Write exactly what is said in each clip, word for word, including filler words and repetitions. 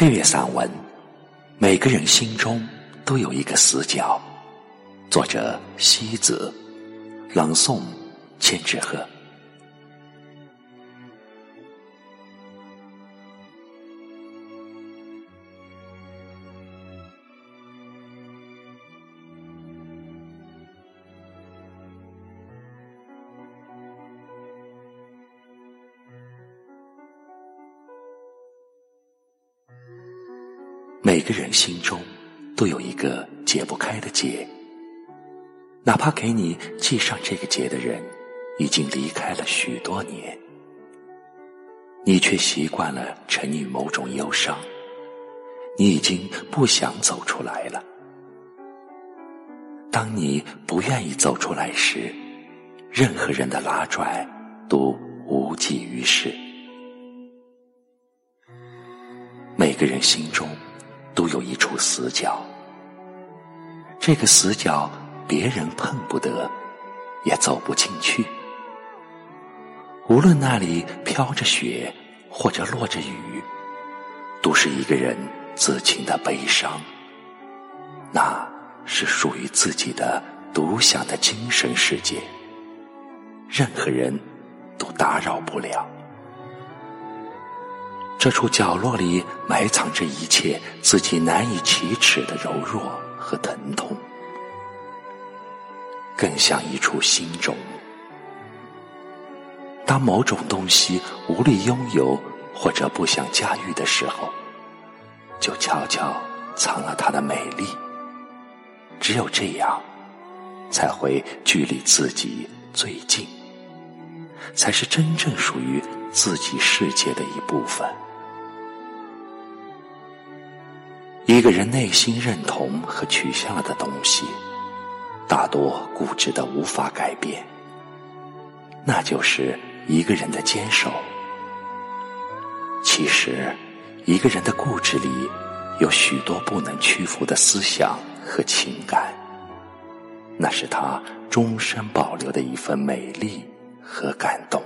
配乐散文《每个人心中都有一个死角》，作者西子，朗诵千纸鹤。每个人心中都有一个解不开的结，哪怕给你系上这个结的人已经离开了许多年，你却习惯了沉溺某种忧伤，你已经不想走出来了。当你不愿意走出来时，任何人的拉拽都无济于事。每个人心中都有一处死角，这个死角别人碰不得，也走不进去。无论那里飘着雪或者落着雨，都是一个人自情的悲伤，那是属于自己的独享的精神世界，任何人都打扰不了。这处角落里埋藏着一切自己难以启齿的柔弱和疼痛，更像一处心中。当某种东西无力拥有或者不想驾驭的时候，就悄悄藏了它的美丽。只有这样，才会距离自己最近，才是真正属于自己世界的一部分。一个人内心认同和取向了的东西，大多固执的无法改变，那就是一个人的坚守。其实，一个人的固执里有许多不能屈服的思想和情感，那是他终身保留的一份美丽和感动。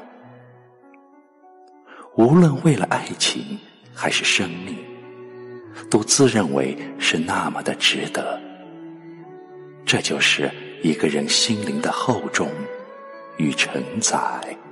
无论为了爱情还是生命，都自认为是那么的值得。这就是一个人心灵的厚重与承载。